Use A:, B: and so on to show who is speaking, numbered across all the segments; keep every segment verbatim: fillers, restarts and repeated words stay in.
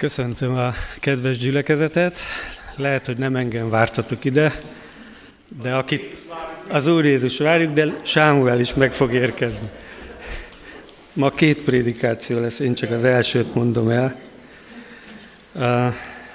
A: Köszöntöm a kedves gyülekezetet. Lehet, hogy nem engem vártatok ide, de akit az Úr Jézus várjuk, de Sámuel is meg fog érkezni. Ma két prédikáció lesz, én csak az elsőt mondom el. Uh,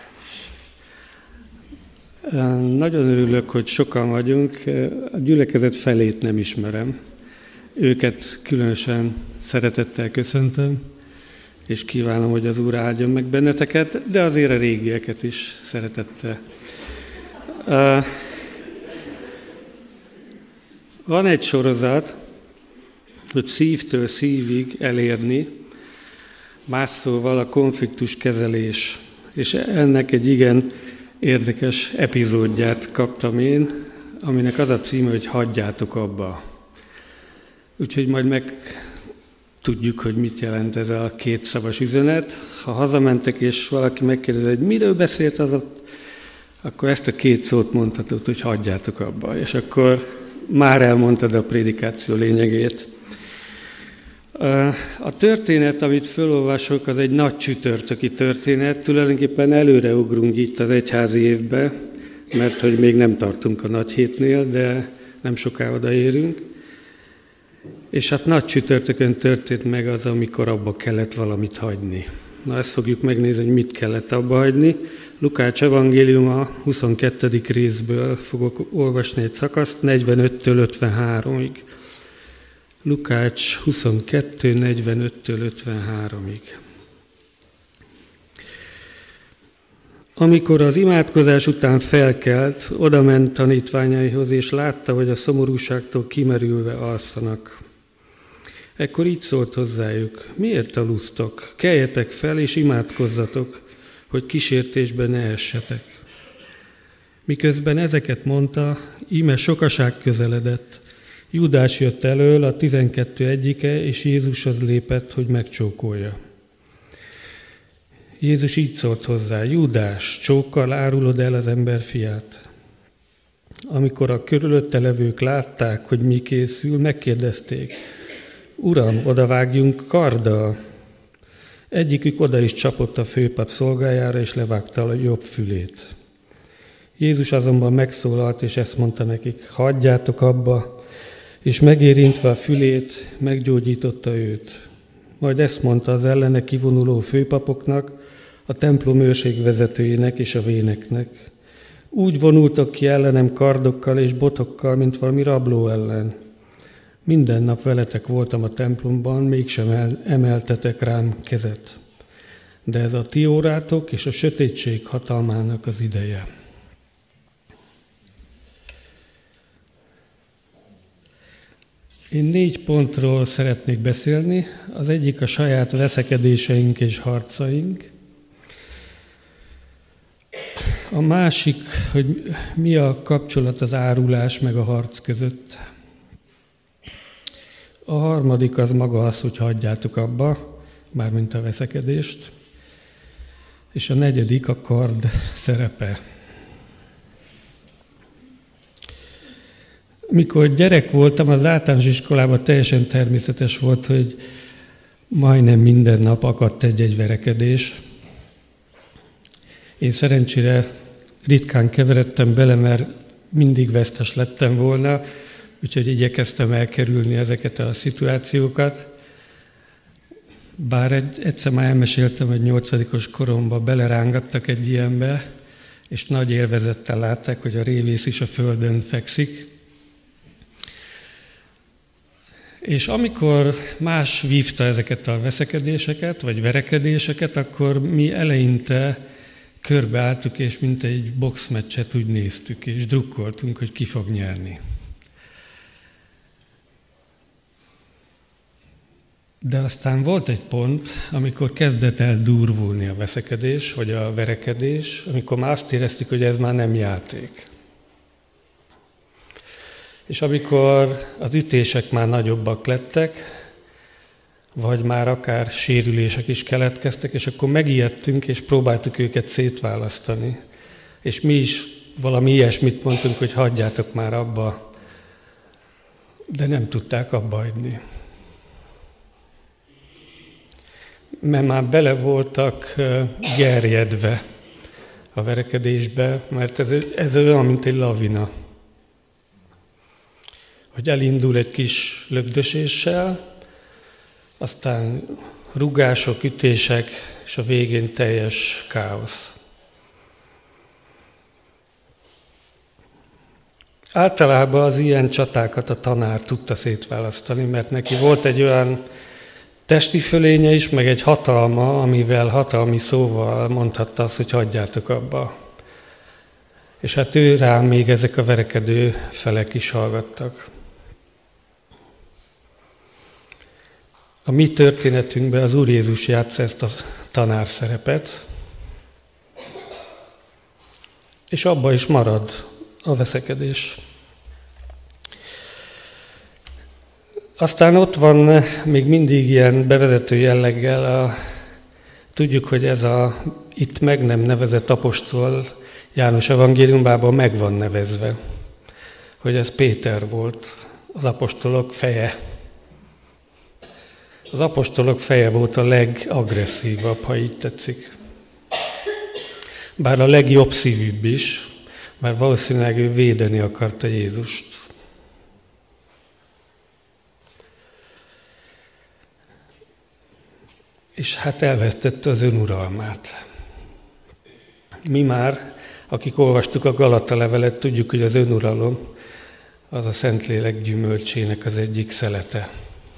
A: uh, nagyon örülök, hogy sokan vagyunk. A gyülekezet felét nem ismerem. Őket különösen szeretettel köszöntöm, és kívánom, hogy az Úr áldjon meg benneteket, de azért a régieket is szeretettel. Uh, van egy sorozat, hogy szívtől szívig elérni, más szóval a konfliktuskezelés. És ennek egy igen érdekes epizódját kaptam én, aminek az a címe, hogy hagyjátok abba. Úgyhogy majd meg tudjuk, hogy mit jelent ez a kétszavas üzenet. Ha hazamentek, és valaki megkérdezi, hogy miről beszélt az ott, akkor ezt a két szót mondhatod, hogy hagyjátok abba. És akkor már elmondtad a prédikáció lényegét. A történet, amit felolvasok, az egy nagy csütörtöki történet. Tulajdonképpen előreugrunk itt az egyházi évbe, mert hogy még nem tartunk a nagy hétnél, de nem soká odaérünk. És hát nagy csütörtökön történt meg az, amikor abba kellett valamit hagyni. Na, ezt fogjuk megnézni, hogy mit kellett abba hagyni. Lukács evangéliuma huszonkettedik részből fogok olvasni egy szakaszt, negyvenöttől ötvenháromig. Lukács huszonkettő, negyvenöttől ötvenháromig. Amikor az imádkozás után felkelt, odament tanítványaihoz, és látta, hogy a szomorúságtól kimerülve alszanak. Ekkor így szólt hozzájuk: miért alusztok? Keljetek fel és imádkozzatok, hogy kísértésbe ne essetek. Miközben ezeket mondta, íme sokaság közeledett. Júdás jött elől, a tizenkettő egyike, és Jézushoz lépett, hogy megcsókolja. Jézus így szólt hozzá: Júdás, csókkal árulod el az ember fiát. Amikor a körülötte levők látták, hogy mi készül, megkérdezték: Uram, odavágjunk karddal? Egyikük oda is csapott a főpap szolgájára, és levágta a jobb fülét. Jézus azonban megszólalt, és ezt mondta nekik: hagyjátok abba, és megérintve a fülét, meggyógyította őt. Majd ezt mondta az ellene kivonuló főpapoknak, a templom őrségvezetőjének és a véneknek: úgy vonultak ki ellenem kardokkal és botokkal, mint valami rabló ellen. Minden nap veletek voltam a templomban, mégsem emeltetek rám kezet. De ez a ti órátok és a sötétség hatalmának az ideje. Én négy pontról szeretnék beszélni. Az egyik a saját veszekedéseink és harcaink. A másik, hogy mi a kapcsolat az árulás meg a harc között. A harmadik az maga az, hogy hagyjátok abba, mármint a veszekedést. És a negyedik a kard szerepe. Mikor gyerek voltam, az általános iskolában teljesen természetes volt, hogy majdnem minden nap akadt egy-egy verekedés. Én szerencsére ritkán keveredtem bele, mert mindig vesztes lettem volna, úgyhogy igyekeztem elkerülni ezeket a szituációkat. Bár egy, egyszer már elmeséltem, hogy nyolcadikos koromban belerángattak egy ilyenbe, és nagy élvezettel látták, hogy a révész is a földön fekszik. És amikor más vívta ezeket a veszekedéseket, vagy verekedéseket, akkor mi eleinte körbeálltuk, és mint egy boxmeccset úgy néztük, és drukkoltunk, hogy ki fog nyerni. De aztán volt egy pont, amikor kezdett el durvulni a veszekedés, vagy a verekedés, amikor már azt éreztük, hogy ez már nem játék. És amikor az ütések már nagyobbak lettek, vagy már akár sérülések is keletkeztek, és akkor megijedtünk, és próbáltuk őket szétválasztani. És mi is valami ilyesmit mondtunk, hogy hagyjátok már abba, de nem tudták abba hagyni. mert már bele voltak gerjedve a verekedésbe, mert ez, ez olyan, mint egy lavina. Hogy elindul egy kis lögdöséssel, aztán rugások, ütések, és a végén teljes káosz. Általában az ilyen csatákat a tanár tudta szétválasztani, mert neki volt egy olyan testi fölénye is, meg egy hatalma, amivel hatalmi szóval mondhatta azt, hogy hagyjátok abba. És hát ő rá még ezek a verekedő felek is hallgattak. A mi történetünkben az Úr Jézus játsza ezt a tanár szerepet, és abba is marad a veszekedés. Aztán ott van még mindig ilyen bevezető jelleggel, a, tudjuk, hogy ez a itt meg nem nevezett apostol János evangéliumában meg van nevezve, hogy ez Péter volt, az apostolok feje. Az apostolok feje volt a legagresszívabb, ha így tetszik. Bár a legjobb szívűbb is, mert valószínűleg ő védeni akarta Jézust. És hát elvesztette az önuralmát. Mi már, akik olvastuk a Galata levelet, tudjuk, hogy az önuralom az a Szentlélek gyümölcsének az egyik szelete.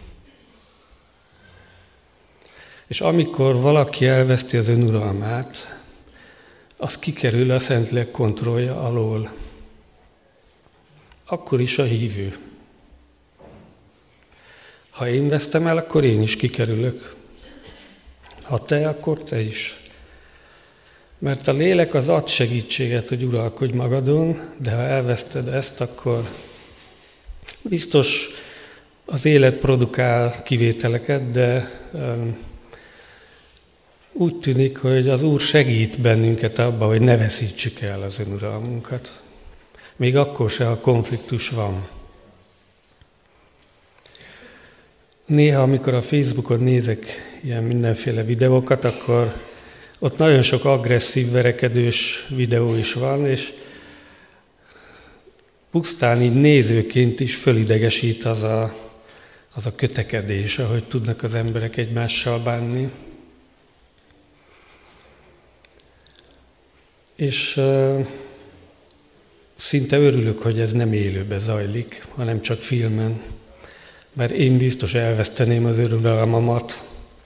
A: És amikor valaki elveszti az önuralmát, az kikerül a Szentlélek kontrollja alól. Akkor is a hívő. Ha én vesztem el, akkor én is kikerülök. Ha te, akkor te is. Mert a lélek az ad segítséget, hogy uralkodj magadon, de ha elveszted ezt, akkor biztos az élet produkál kivételeket, de um, úgy tűnik, hogy az Úr segít bennünket abban, hogy ne veszítsük el az önuralmunkat. Még akkor se, ha konfliktus van. Néha, amikor a Facebookon nézek ilyen mindenféle videókat, akkor ott nagyon sok agresszív, verekedős videó is van, és pusztán így nézőként is fölidegesít az a, az a kötekedés, ahogy tudnak az emberek egymással bánni. És uh, szinte örülök, hogy ez nem élőben zajlik, hanem csak filmen. Mert én biztos elveszteném az önuralmamat.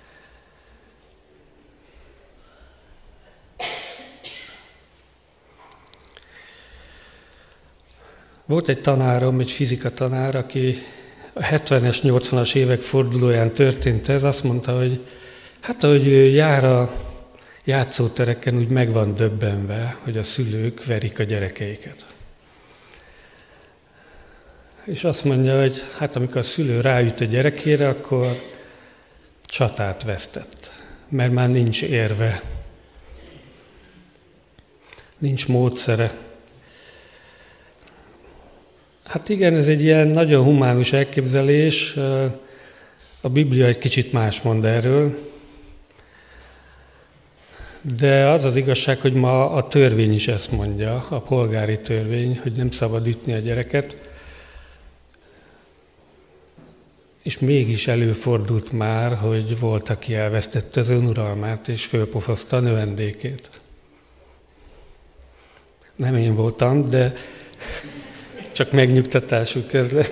A: Volt egy tanárom, egy fizika tanár, aki a hetvenes, nyolcvanas évek fordulóján történt ez, azt mondta, hogy hát ahogy ő jár a játszótereken, úgy meg van döbbenve, hogy a szülők verik a gyerekeiket. És azt mondja, hogy hát amikor a szülő ráüt a gyerekére, akkor csatát vesztett, mert már nincs érve, nincs módszere. Hát igen, ez egy ilyen nagyon humánus elképzelés, a Biblia egy kicsit más mond erről, de az az igazság, hogy ma a törvény is ezt mondja, a polgári törvény, hogy nem szabad ütni a gyereket, és mégis előfordult már, hogy volt, aki elvesztette az önuralmát, és fölpofozta a növendékét. Nem én voltam, de csak megnyugtatásuk közle.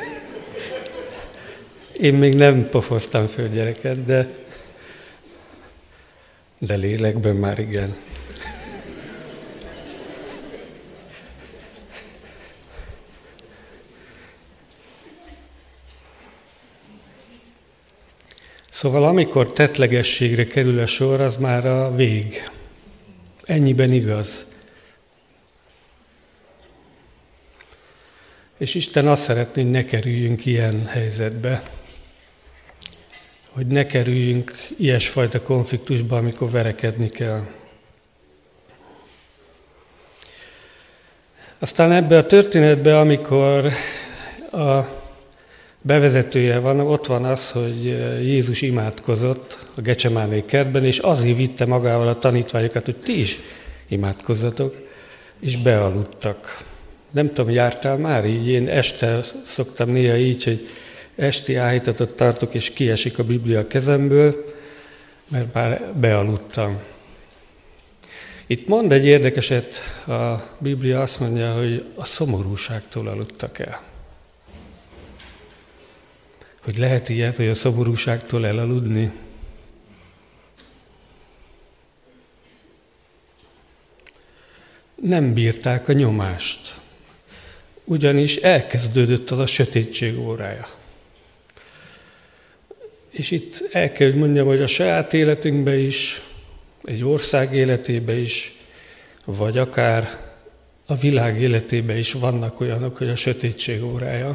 A: Én még nem pofoztam föl gyereket, de, de lélekben már igen. Szóval amikor tettlegességre kerül a sor, az már a vég. Ennyiben igaz. És Isten azt szeretné, hogy ne kerüljünk ilyen helyzetbe. Hogy ne kerüljünk ilyesfajta konfliktusba, amikor verekedni kell. Aztán ebbe a történetbe, amikor a bevezetője van, ott van az, hogy Jézus imádkozott a Gecsemáné kertben, és azért vitte magával a tanítványokat, hogy ti is imádkozzatok, és bealudtak. Nem tudom, jártál már így? Én este szoktam néha így, hogy esti áhítatot tartok, és kiesik a Biblia a kezemből, mert már bealudtam. Itt mond egy érdekeset, a Biblia azt mondja, hogy a szomorúságtól aludtak el. Hogy lehet ilyet, hogy a szomorúságtól elaludni? Nem bírták a nyomást, ugyanis elkezdődött az a sötétség órája. És itt el kell, hogy mondjam, hogy a saját életünkben is, egy ország életében is, vagy akár a világ életében is vannak olyanok, hogy a sötétség órája.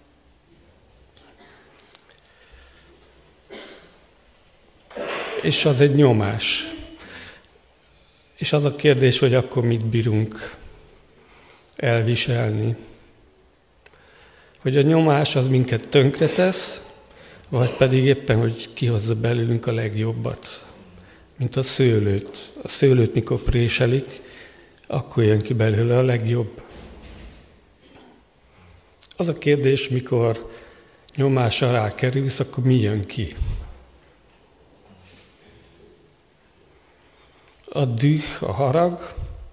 A: És az egy nyomás. És az a kérdés, hogy akkor mit bírunk elviselni. Hogy a nyomás az minket tönkretesz, vagy pedig éppen, hogy kihozza belőlünk a legjobbat. Mint a szőlőt. A szőlőt mikor préselik, akkor jön ki belőle a legjobb. Az a kérdés, mikor nyomás alá kerülsz, akkor mi jön ki? A düh, a harag,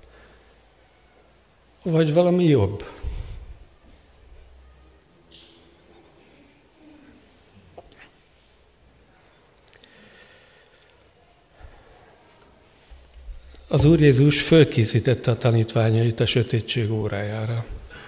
A: vagy valami jobb? Az Úr Jézus fölkészítette a tanítványait a sötétség órájára.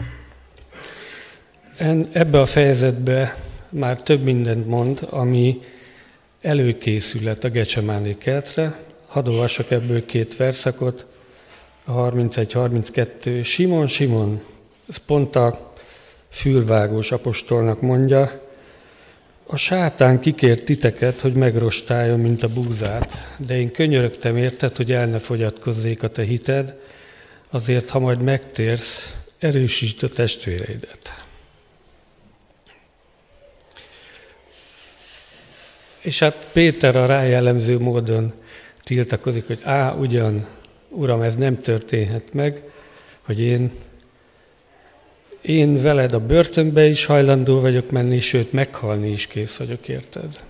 A: Ebbe a fejezetbe már több mindent mond, ami előkészület a Gecsemáné kertre. Hadd olvassak ebből két verszakot, a harmincegy harminckettő. Simon, Simon, ez pont a fülvágós apostolnak mondja, a sátán kikért titeket, hogy megrostáljon, mint a búzát, de én könyörögtem érted, hogy el ne fogyatkozzék a te hited, azért, ha majd megtérsz, erősítsd a testvéreidet. És hát Péter a rájellemző módon tiltakozik, hogy á, ugyan, Uram, ez nem történhet meg, hogy én, én veled a börtönbe is hajlandó vagyok menni, sőt, meghalni is kész vagyok, érted?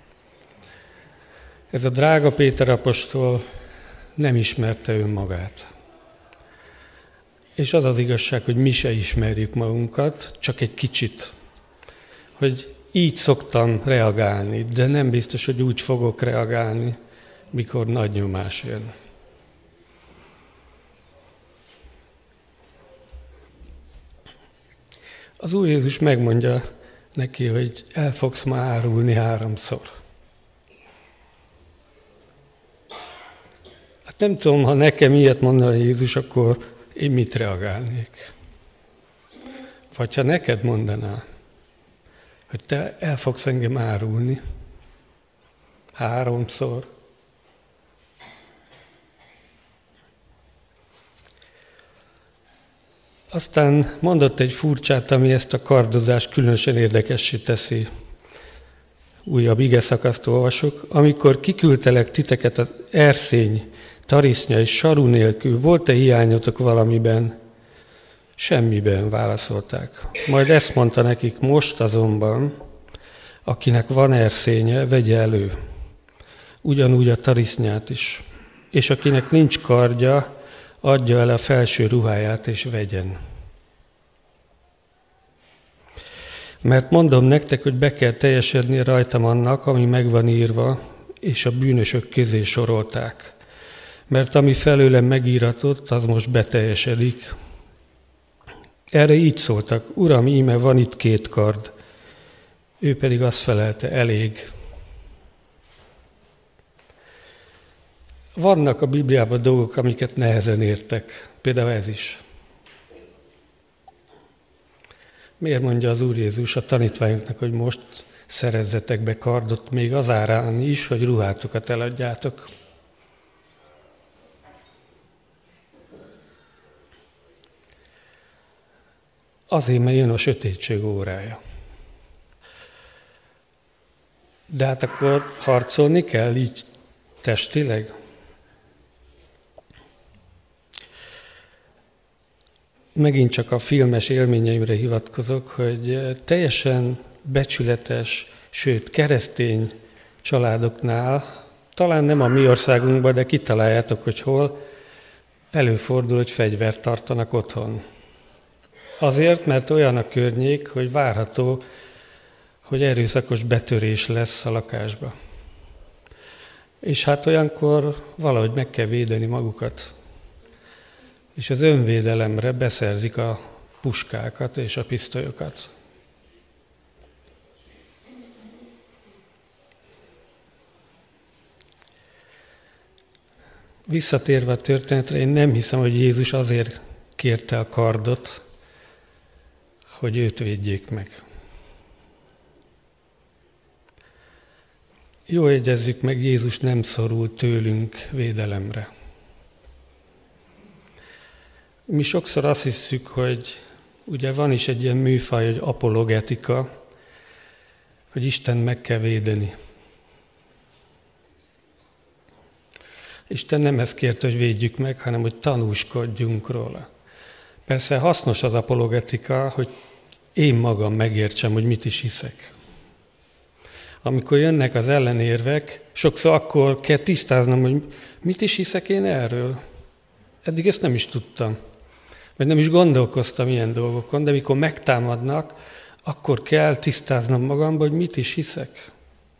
A: Ez a drága Péter apostol nem ismerte önmagát. És az az igazság, hogy mi se ismerjük magunkat, csak egy kicsit. Hogy így szoktam reagálni, de nem biztos, hogy úgy fogok reagálni, mikor nagy nyomás jön. Az Úr Jézus megmondja neki, hogy el fogsz ma árulni háromszor. Hát nem tudom, ha nekem ilyet mondana Jézus, akkor én mit reagálnék? Vagy ha neked mondaná, hogy te el fogsz engem árulni háromszor. Aztán mondott egy furcsát, ami ezt a kardozást különösen érdekessé teszi. Újabb igeszakaszt olvasok. Amikor kiküldtelek titeket az erszény, tarisznya és saru nélkül, volt-e hiányotok valamiben? Semmiben, válaszolták. Majd ezt mondta nekik, most azonban, akinek van erszénye, vegye elő. Ugyanúgy a tarisznyát is. És akinek nincs kardja, adja el a felső ruháját, és vegyen. Mert mondom nektek, hogy be kell teljesedni rajtam annak, ami meg van írva, és a bűnösök közé sorolták. Mert ami felőlem megíratott, az most beteljesedik. Erre így szóltak, Uram, íme van itt két kard. Ő pedig azt felelte, elég. Vannak a Bibliában dolgok, amiket nehezen értek. Például ez is. Miért mondja az Úr Jézus a tanítványoknak, hogy most szerezzetek be kardot, még az árán is, hogy ruhátokat eladjátok? Azért, mert jön a sötétség órája. De hát akkor harcolni kell így testileg? Megint csak a filmes élményeimre hivatkozok, hogy teljesen becsületes, sőt keresztény családoknál, talán nem a mi országunkban, de kitaláljátok, hogy hol, előfordul, hogy fegyvert tartanak otthon. Azért, mert olyan a környék, hogy várható, hogy erőszakos betörés lesz a lakásba. És hát olyankor valahogy meg kell védeni magukat. És az önvédelemre beszerzik a puskákat és a pisztolyokat. Visszatérve a történetre, én nem hiszem, hogy Jézus azért kérte a kardot, hogy őt védjék meg. Jól jegyezzük meg, Jézus nem szorul tőlünk védelemre. Mi sokszor azt hiszük, hogy ugye van is egy ilyen műfaj, hogy apologetika, hogy Isten meg kell védeni. Isten nem ezt kérte, hogy védjük meg, hanem hogy tanúskodjunk róla. Persze hasznos az apologetika, hogy én magam megértsem, hogy mit is hiszek. Amikor jönnek az ellenérvek, sokszor akkor kell tisztáznom, hogy mit is hiszek én erről. Eddig ezt nem is tudtam, vagy nem is gondolkoztam ilyen dolgokon, de mikor megtámadnak, akkor kell tisztáznom magamba, hogy mit is hiszek.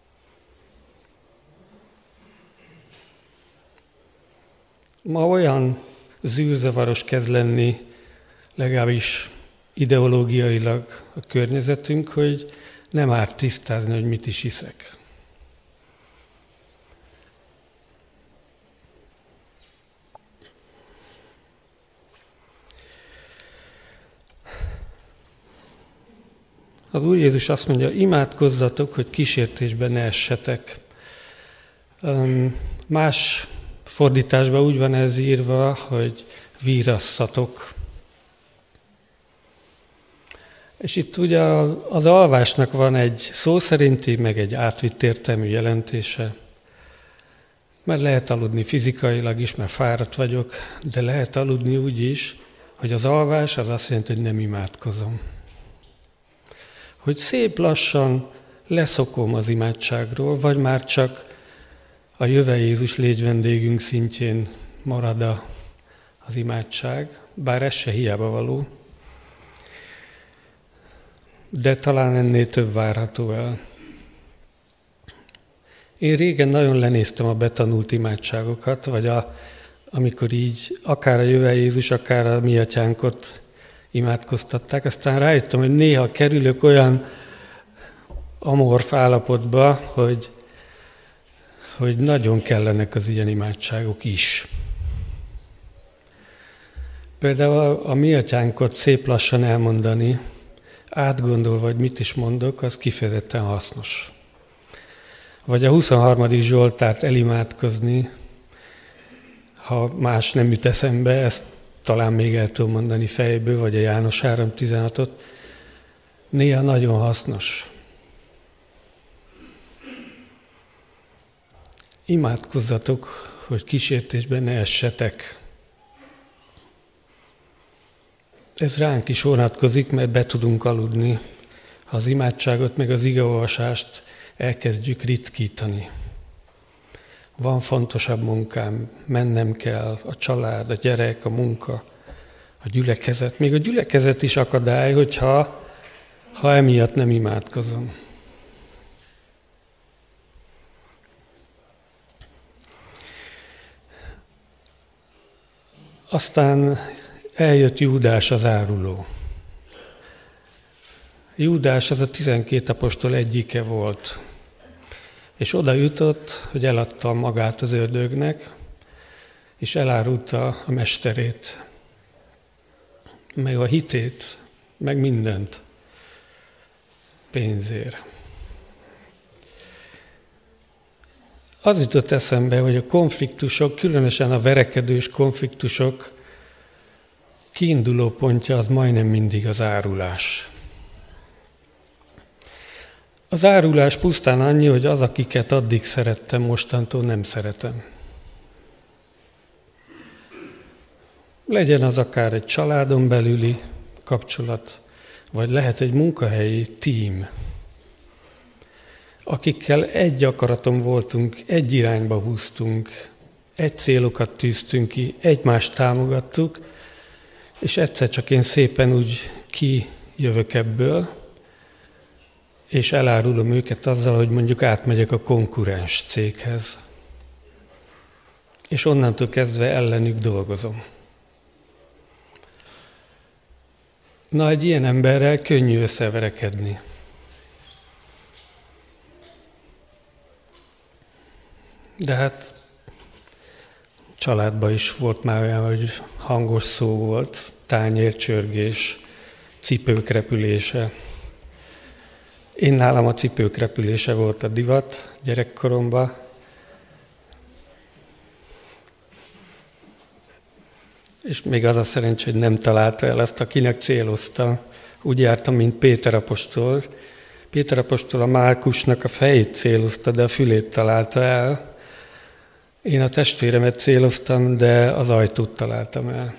A: Ma olyan zűrzavaros kezd lenni, legalábbis ideológiailag a környezetünk, hogy nem árt tisztázni, hogy mit is hiszek. Az Úr Jézus azt mondja, imádkozzatok, hogy kísértésbe ne essetek. Más fordításban úgy van ez írva, hogy vírasszatok. És itt ugye az alvásnak van egy szó szerinti, meg egy átvitt értelmű jelentése. Mert lehet aludni fizikailag is, mert fáradt vagyok, de lehet aludni úgy is, hogy az alvás az azt jelenti, hogy nem imádkozom. Hogy szép lassan leszokom az imádságról, vagy már csak a jöve Jézus légy vendégünk szintjén marad az imádság, bár ez se hiába való, de talán ennél több várható el. Én régen nagyon lenéztem a betanult imádságokat, vagy a, amikor így akár a jöve Jézus, akár a mi atyánkot imádkoztatták, aztán rájöttem, hogy néha kerülök olyan amorf állapotba, hogy, hogy nagyon kellenek az ilyen imádságok is. Például a, a mi atyánkot szép lassan elmondani, átgondolva, hogy mit is mondok, az kifejezetten hasznos. Vagy a huszonharmadik Zsoltárt elimádkozni, ha más nem jut eszembe, ezt talán még el tudom mondani fejből, vagy a János három tizenhatot, néha nagyon hasznos. Imádkozzatok, hogy kísértésben ne essetek. Ez ránk is vonatkozik, mert be tudunk aludni, ha az imádságot meg az igeolvasást elkezdjük ritkítani. Van fontosabb munkám, mennem kell, a család, a gyerek, a munka, a gyülekezet. Még a gyülekezet is akadály, hogyha ha emiatt nem imádkozom. Aztán eljött Júdás az áruló. Júdás az a tizenkét apostol egyike volt, és oda jutott, hogy eladta magát az ördögnek, és elárulta a mesterét, meg a hitét, meg mindent pénzért. Az jutott eszembe, hogy a konfliktusok, különösen a verekedős konfliktusok kiinduló pontja az majdnem mindig az árulás. Az árulás pusztán annyi, hogy az, akiket addig szerettem, mostantól nem szeretem. Legyen az akár egy családon belüli kapcsolat, vagy lehet egy munkahelyi tím, akikkel egy akaraton voltunk, egy irányba húztunk, egy célokat tűztünk ki, egymást támogattuk, és egyszer csak én szépen úgy kijövök ebből, és elárulom őket azzal, hogy mondjuk átmegyek a konkurens céghez. És onnantól kezdve ellenük dolgozom. Na, egy ilyen emberrel könnyű összeverekedni. De hát családban is volt már olyan, hogy hangos szó volt, tányércsörgés, cipők repülése. Én nálam a cipők repülése volt a divat gyerekkoromban. És még az a szerencsé, hogy nem találta el azt, akinek célozta. Úgy jártam, mint Péter apostol. Péter apostol a Málkusnak a fejét célozta, de a fülét találta el. Én a testvéremet céloztam, de az ajtót találtam el.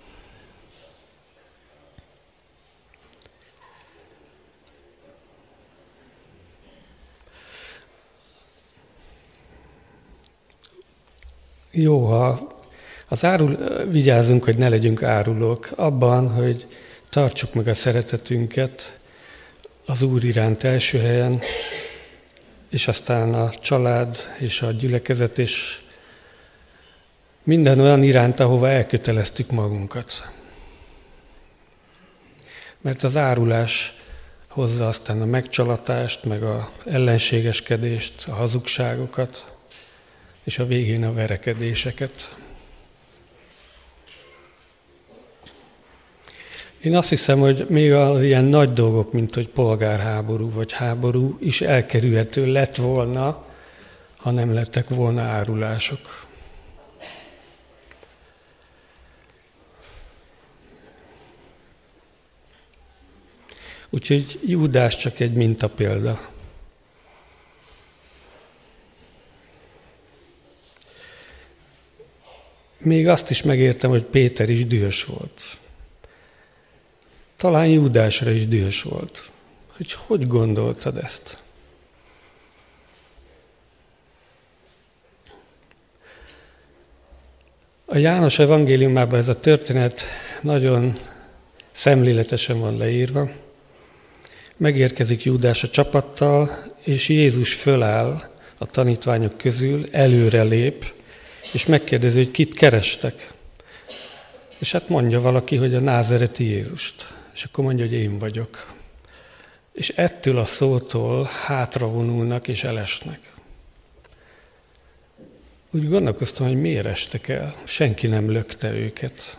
A: Jó, ha az árul, vigyázzunk, hogy ne legyünk árulók abban, hogy tartsuk meg a szeretetünket az Úr iránt első helyen, és aztán a család és a gyülekezet, és minden olyan iránt, ahova elköteleztük magunkat. Mert az árulás hozza aztán a megcsalatást, meg a ellenségeskedést, a hazugságokat, és a végén a verekedéseket. Én azt hiszem, hogy még az ilyen nagy dolgok, mint hogy polgárháború vagy háború is elkerülhető lett volna, ha nem lettek volna árulások. Úgyhogy Júdás csak egy mintapélda. Még azt is megértem, hogy Péter is dühös volt. Talán Júdásra is dühös volt. Hogy hogy gondoltad ezt? A János evangéliumában ez a történet nagyon szemléletesen van leírva. Megérkezik Júdás a csapattal, és Jézus föláll a tanítványok közül, előre lép, és megkérdezi, hogy kit kerestek. És hát mondja valaki, hogy a názereti Jézust. És akkor mondja, hogy én vagyok. És ettől a szótól hátravonulnak és elesnek. Úgy gondolkoztam, hogy miért estek el. Senki nem lökte őket.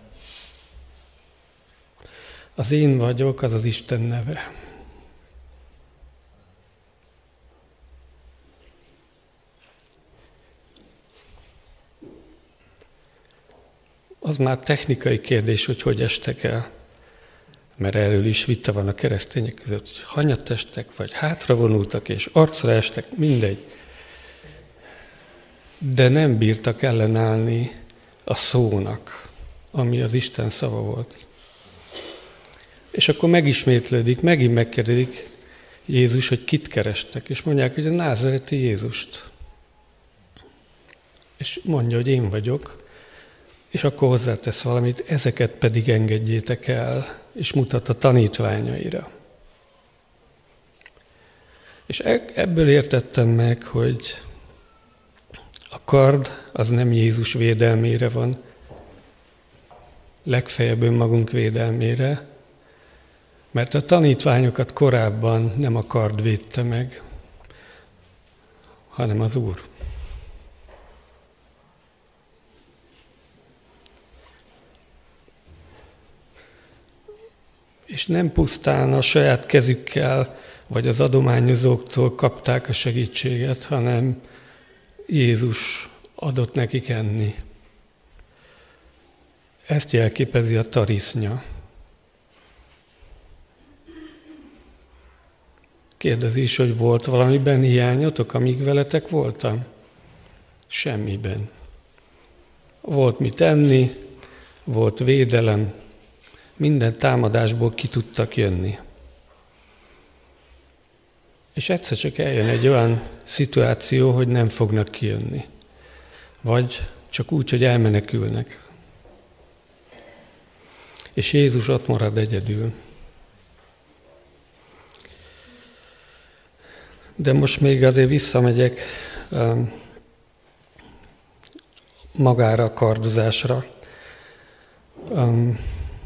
A: Az én vagyok, az az Isten neve. Az már technikai kérdés, hogy hogy estek el. Mert erről is vita van a keresztények között, hogy hanyat estek, vagy hátravonultak, és arcra estek, mindegy. De nem bírtak ellenállni a szónak, ami az Isten szava volt. És akkor megismétlődik, megint megkérdezik Jézus, hogy kit kerestek, és mondják, hogy a názereti Jézust. És mondja, hogy én vagyok, és akkor hozzátesz valamit, ezeket pedig engedjétek el, és mutat a tanítványaira. És ebből értettem meg, hogy a kard az nem Jézus védelmére van, legfeljebb önmagunk védelmére, mert a tanítványokat korábban nem a kard védte meg, hanem az Úr. És nem pusztán a saját kezükkel, vagy az adományozóktól kapták a segítséget, hanem Jézus adott nekik enni. Ezt jelképezi a tarisznya. Kérdezi is, hogy volt valamiben hiányotok, amíg veletek voltam? Semmiben. Volt mit enni, volt védelem, minden támadásból ki tudtak jönni. És egyszer csak eljön egy olyan szituáció, hogy nem fognak kijönni. Vagy csak úgy, hogy elmenekülnek. És Jézus ott marad egyedül. De most még azért visszamegyek um, magára a kardozásra. Um,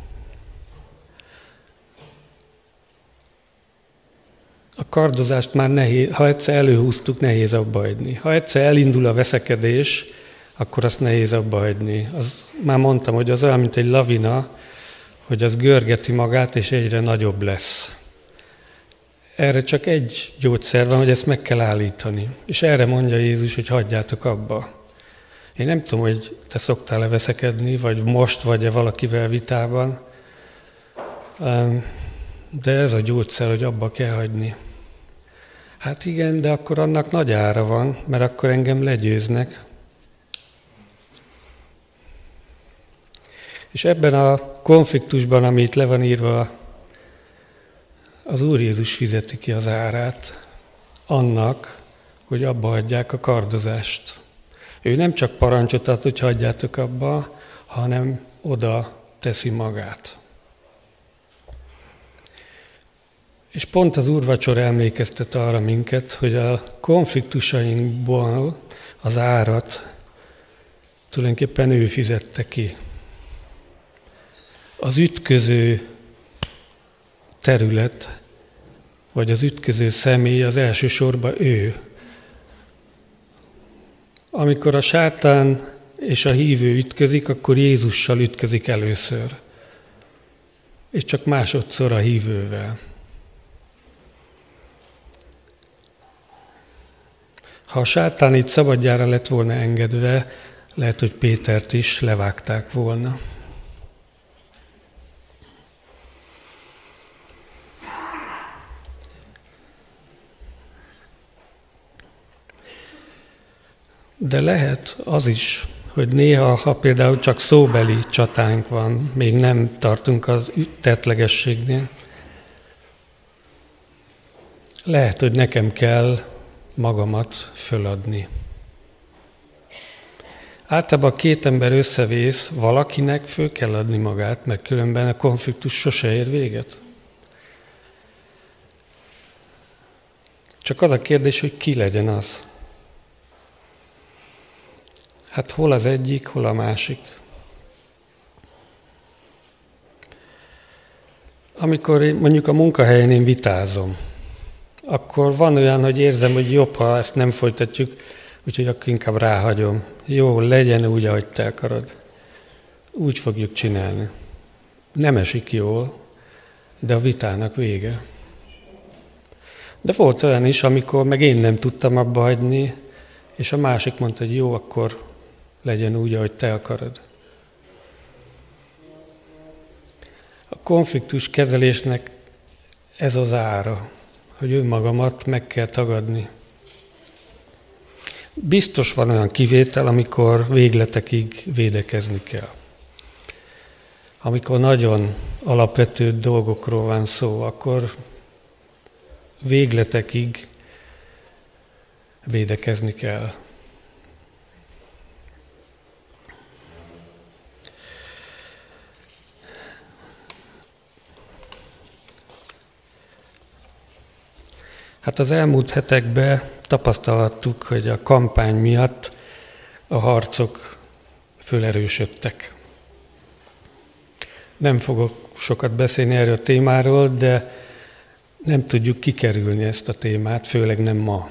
A: a kardozást már nehéz, ha egyszer előhúztuk, nehéz abba hagyni. Ha egyszer elindul a veszekedés, akkor azt nehéz abba hagyni. Az, már mondtam, hogy az olyan, mint egy lavina, hogy az görgeti magát, és egyre nagyobb lesz. Erre csak egy gyógyszer van, hogy ezt meg kell állítani. És erre mondja Jézus, hogy hagyjátok abba. Én nem tudom, hogy te szoktál-e veszekedni, vagy most vagy-e valakivel vitában, de ez a gyógyszer, hogy abba kell hagyni. Hát igen, de akkor annak nagy ára van, mert akkor engem legyőznek. És ebben a konfliktusban, ami itt le van írva, az Úr Jézus fizeti ki az árát annak, hogy abba hagyják a kardozást. Ő nem csak parancsot ad, hogy hagyjátok abba, hanem oda teszi magát. És pont az úrvacsora emlékeztet arra minket, hogy a konfliktusainkból az árat tulajdonképpen ő fizette ki. Az ütköző terület, vagy az ütköző személy az elsősorban ő. Amikor a sátán és a hívő ütközik, akkor Jézussal ütközik először, és csak másodszor a hívővel. Ha a sátán itt szabadjára lett volna engedve, lehet, hogy Pétert is levágták volna. De lehet az is, hogy néha, ha például csak szóbeli csatánk van, még nem tartunk az tettlegességnél, lehet, hogy nekem kell magamat föladni. Általában két ember összevész, valakinek föl kell adni magát, mert különben a konfliktus sose ér véget. Csak az a kérdés, hogy ki legyen az. Hát hol az egyik, hol a másik. Amikor én mondjuk a munkahelyen én vitázom, akkor van olyan, hogy érzem, hogy jobb, ha ezt nem folytatjuk, úgyhogy akkor inkább ráhagyom. Jó, legyen úgy, ahogy te akarod. Úgy fogjuk csinálni. Nem esik jól, de a vitának vége. De volt olyan is, amikor meg én nem tudtam abba hagyni, és a másik mondta, hogy jó, akkor legyen úgy, ahogy te akarod. A konfliktus kezelésnek ez az ára, hogy önmagamat meg kell tagadni. Biztos van olyan kivétel, amikor végletekig védekezni kell. Amikor nagyon alapvető dolgokról van szó, akkor végletekig védekezni kell. Hát az elmúlt hetekben tapasztalhattuk, hogy a kampány miatt a harcok fölerősödtek. Nem fogok sokat beszélni erről a témáról, de nem tudjuk kikerülni ezt a témát, főleg nem ma.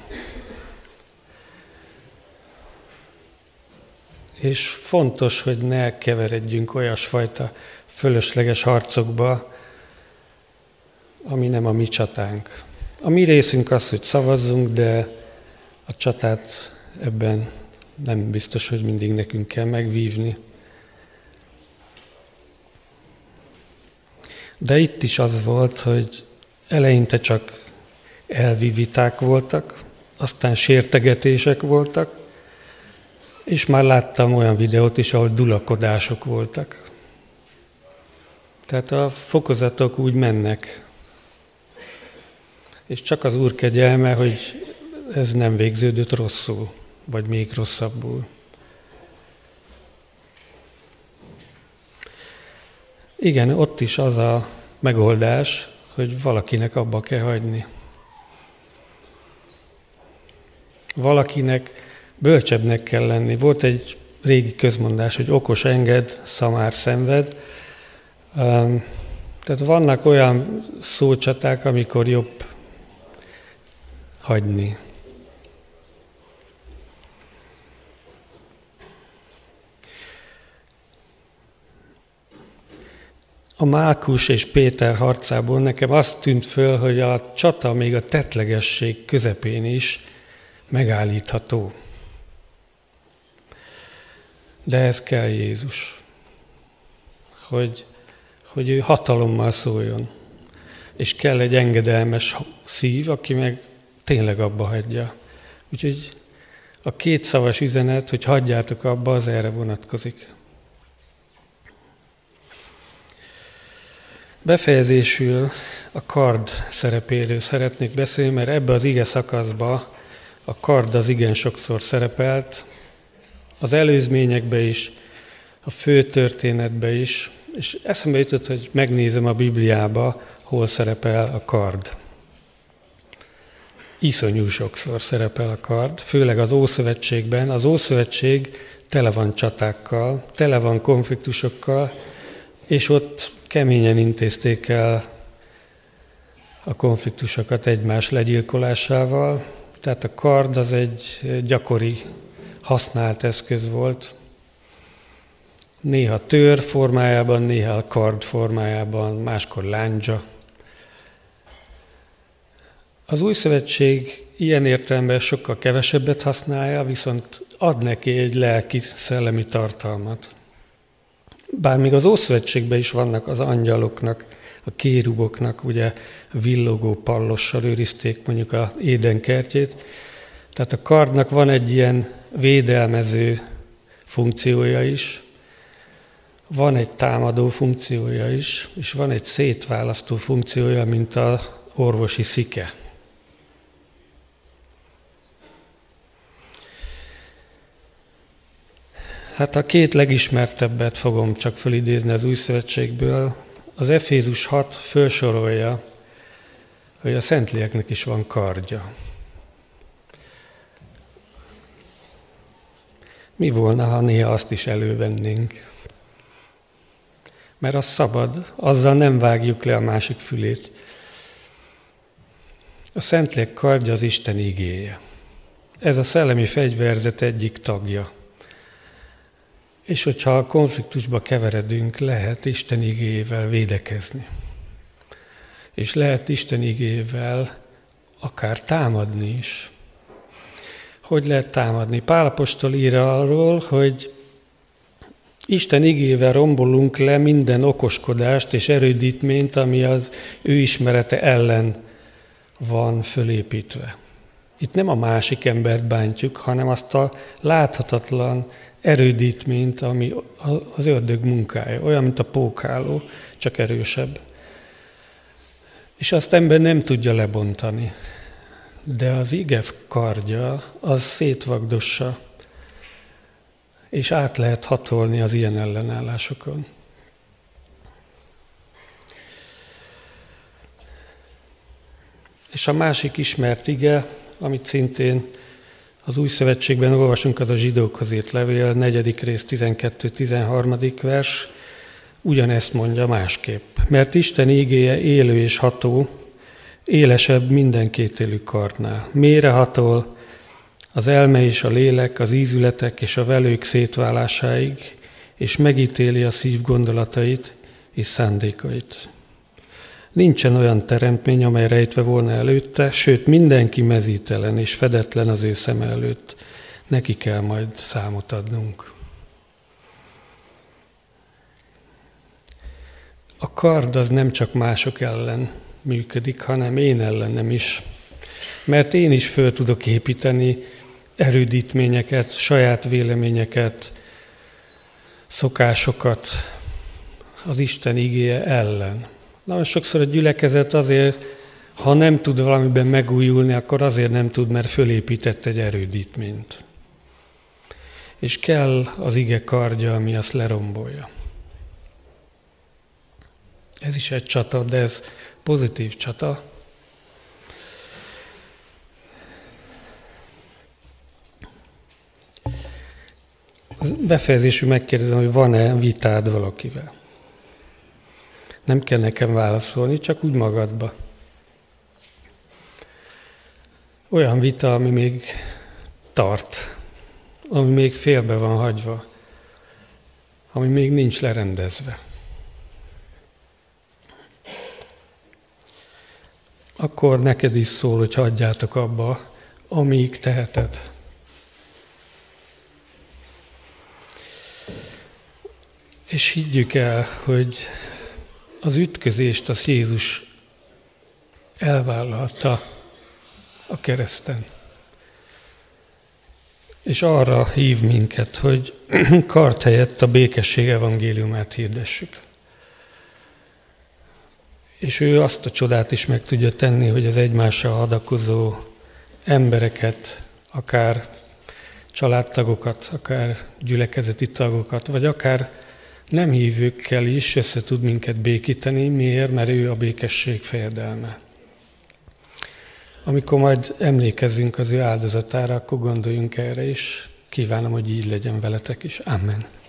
A: És fontos, hogy ne keveredjünk olyasfajta fölösleges harcokba, ami nem a mi csatánk. A mi részünk az, hogy szavazzunk, de a csatát ebben nem biztos, hogy mindig nekünk kell megvívni. De itt is az volt, hogy eleinte csak elvi viták voltak, aztán sértegetések voltak, és már láttam olyan videót is, ahol dulakodások voltak. Tehát a fokozatok úgy mennek. És csak az Úr kegyelme, hogy ez nem végződött rosszul, vagy még rosszabbul. Igen, ott is az a megoldás, hogy valakinek abba kell hagyni. Valakinek bölcsebbnek kell lenni. Volt egy régi közmondás, hogy okos enged, szamár szenved. Tehát vannak olyan szócsaták, amikor jobb hagyni. A Mákus és Péter harcából nekem azt tűnt föl, hogy a csata még a tettlegesség közepén is megállítható. De ez kell Jézus, hogy, hogy ő hatalommal szóljon. És kell egy engedelmes szív, aki meg tényleg abba hagyja. Úgyhogy a két szavas üzenet, hogy hagyjátok abba, az erre vonatkozik. Befejezésül a kard szerepéről szeretnék beszélni, mert ebbe az ige szakaszba a kard az igen sokszor szerepelt, az előzményekbe is, a fő történetbe is, és eszembe jutott, hogy megnézem a Bibliába, hol szerepel a kard. Iszonyú sokszor szerepel a kard, főleg az Ószövetségben. Az Ószövetség tele van csatákkal, tele van konfliktusokkal, és ott keményen intézték el a konfliktusokat egymás legyilkolásával. Tehát a kard az egy gyakori, használt eszköz volt. Néha tőr formájában, néha a kard formájában, máskor láncsa. Az Új Szövetség ilyen értelemben sokkal kevesebbet használja, viszont ad neki egy lelki-szellemi tartalmat. Bár még az Ószövetségben is vannak az angyaloknak, a kéruboknak, ugye villogó pallossal őrizték mondjuk az Éden kertjét. Tehát a kardnak van egy ilyen védelmező funkciója is, van egy támadó funkciója is, és van egy szétválasztó funkciója, mint az orvosi szike. Hát a két legismertebbet fogom csak fölidézni az Új Szövetségből. Az Efézus hat felsorolja, hogy a Szentléleknek is van kardja. Mi volna, ha néha azt is elővennénk? Mert az szabad, azzal nem vágjuk le a másik fülét. A Szentlélek kardja az Isten igéje. Ez a szellemi fegyverzet egyik tagja. És hogyha a konfliktusba keveredünk, lehet Isten igéjével védekezni. És lehet Isten igéjével akár támadni is. Hogy lehet támadni? Pál apostol ír arról, hogy Isten igével rombolunk le minden okoskodást és erődítményt, ami az ő ismerete ellen van fölépítve. Itt nem a másik embert bántjuk, hanem azt a láthatatlan erődítményt, ami az ördög munkája, olyan, mint a pókháló, csak erősebb. És azt ember nem tudja lebontani. De az ige kardja, az szétvagdossa, és át lehet hatolni az ilyen ellenállásokon. És a másik ismert ige, amit szintén az Új Szövetségben olvasunk, az a Zsidókhoz írt levél, negyedik rész, tizenkettő-tizenharmadik vers, ugyanezt mondja másképp. Mert Isten ígéje élő és ható, élesebb minden kétélű kardnál. Mélyrehatol az elme és a lélek, az ízületek és a velők szétválásáig, és megítéli a szív gondolatait és szándékait. Nincsen olyan teremtmény, amely rejtve volna előtte, sőt mindenki mezítelen és fedetlen az ő szeme előtt. Neki kell majd számot adnunk. A kard az nem csak mások ellen működik, hanem én ellenem is. Mert én is föl tudok építeni erődítményeket, saját véleményeket, szokásokat az Isten igéje ellen. Nagyon sokszor a gyülekezet azért, ha nem tud valamiben megújulni, akkor azért nem tud, mert fölépített egy erődítményt. És kell az ige kardja, ami azt lerombolja. Ez is egy csata, de ez pozitív csata. Befejezésül megkérdezem, hogy van-e vitád valakivel. Nem kell nekem válaszolni, csak úgy magadba. Olyan vita, ami még tart, ami még félbe van hagyva, ami még nincs lerendezve. Akkor neked is szól, hogy hagyjátok abba, amíg teheted. És higgyük el, hogy az ütközést az Jézus elvállalta a kereszten. És arra hív minket, hogy kard helyett a békesség evangéliumát hirdessük. És ő azt a csodát is meg tudja tenni, hogy az egymással hadakozó embereket, akár családtagokat, akár gyülekezeti tagokat, vagy akár nem hívőkkel is össze tud minket békíteni. Miért? Mert ő a békesség fejedelme. Amikor majd emlékezzünk az ő áldozatára, akkor gondoljunk erre is. Kívánom, hogy így legyen veletek is. Amen.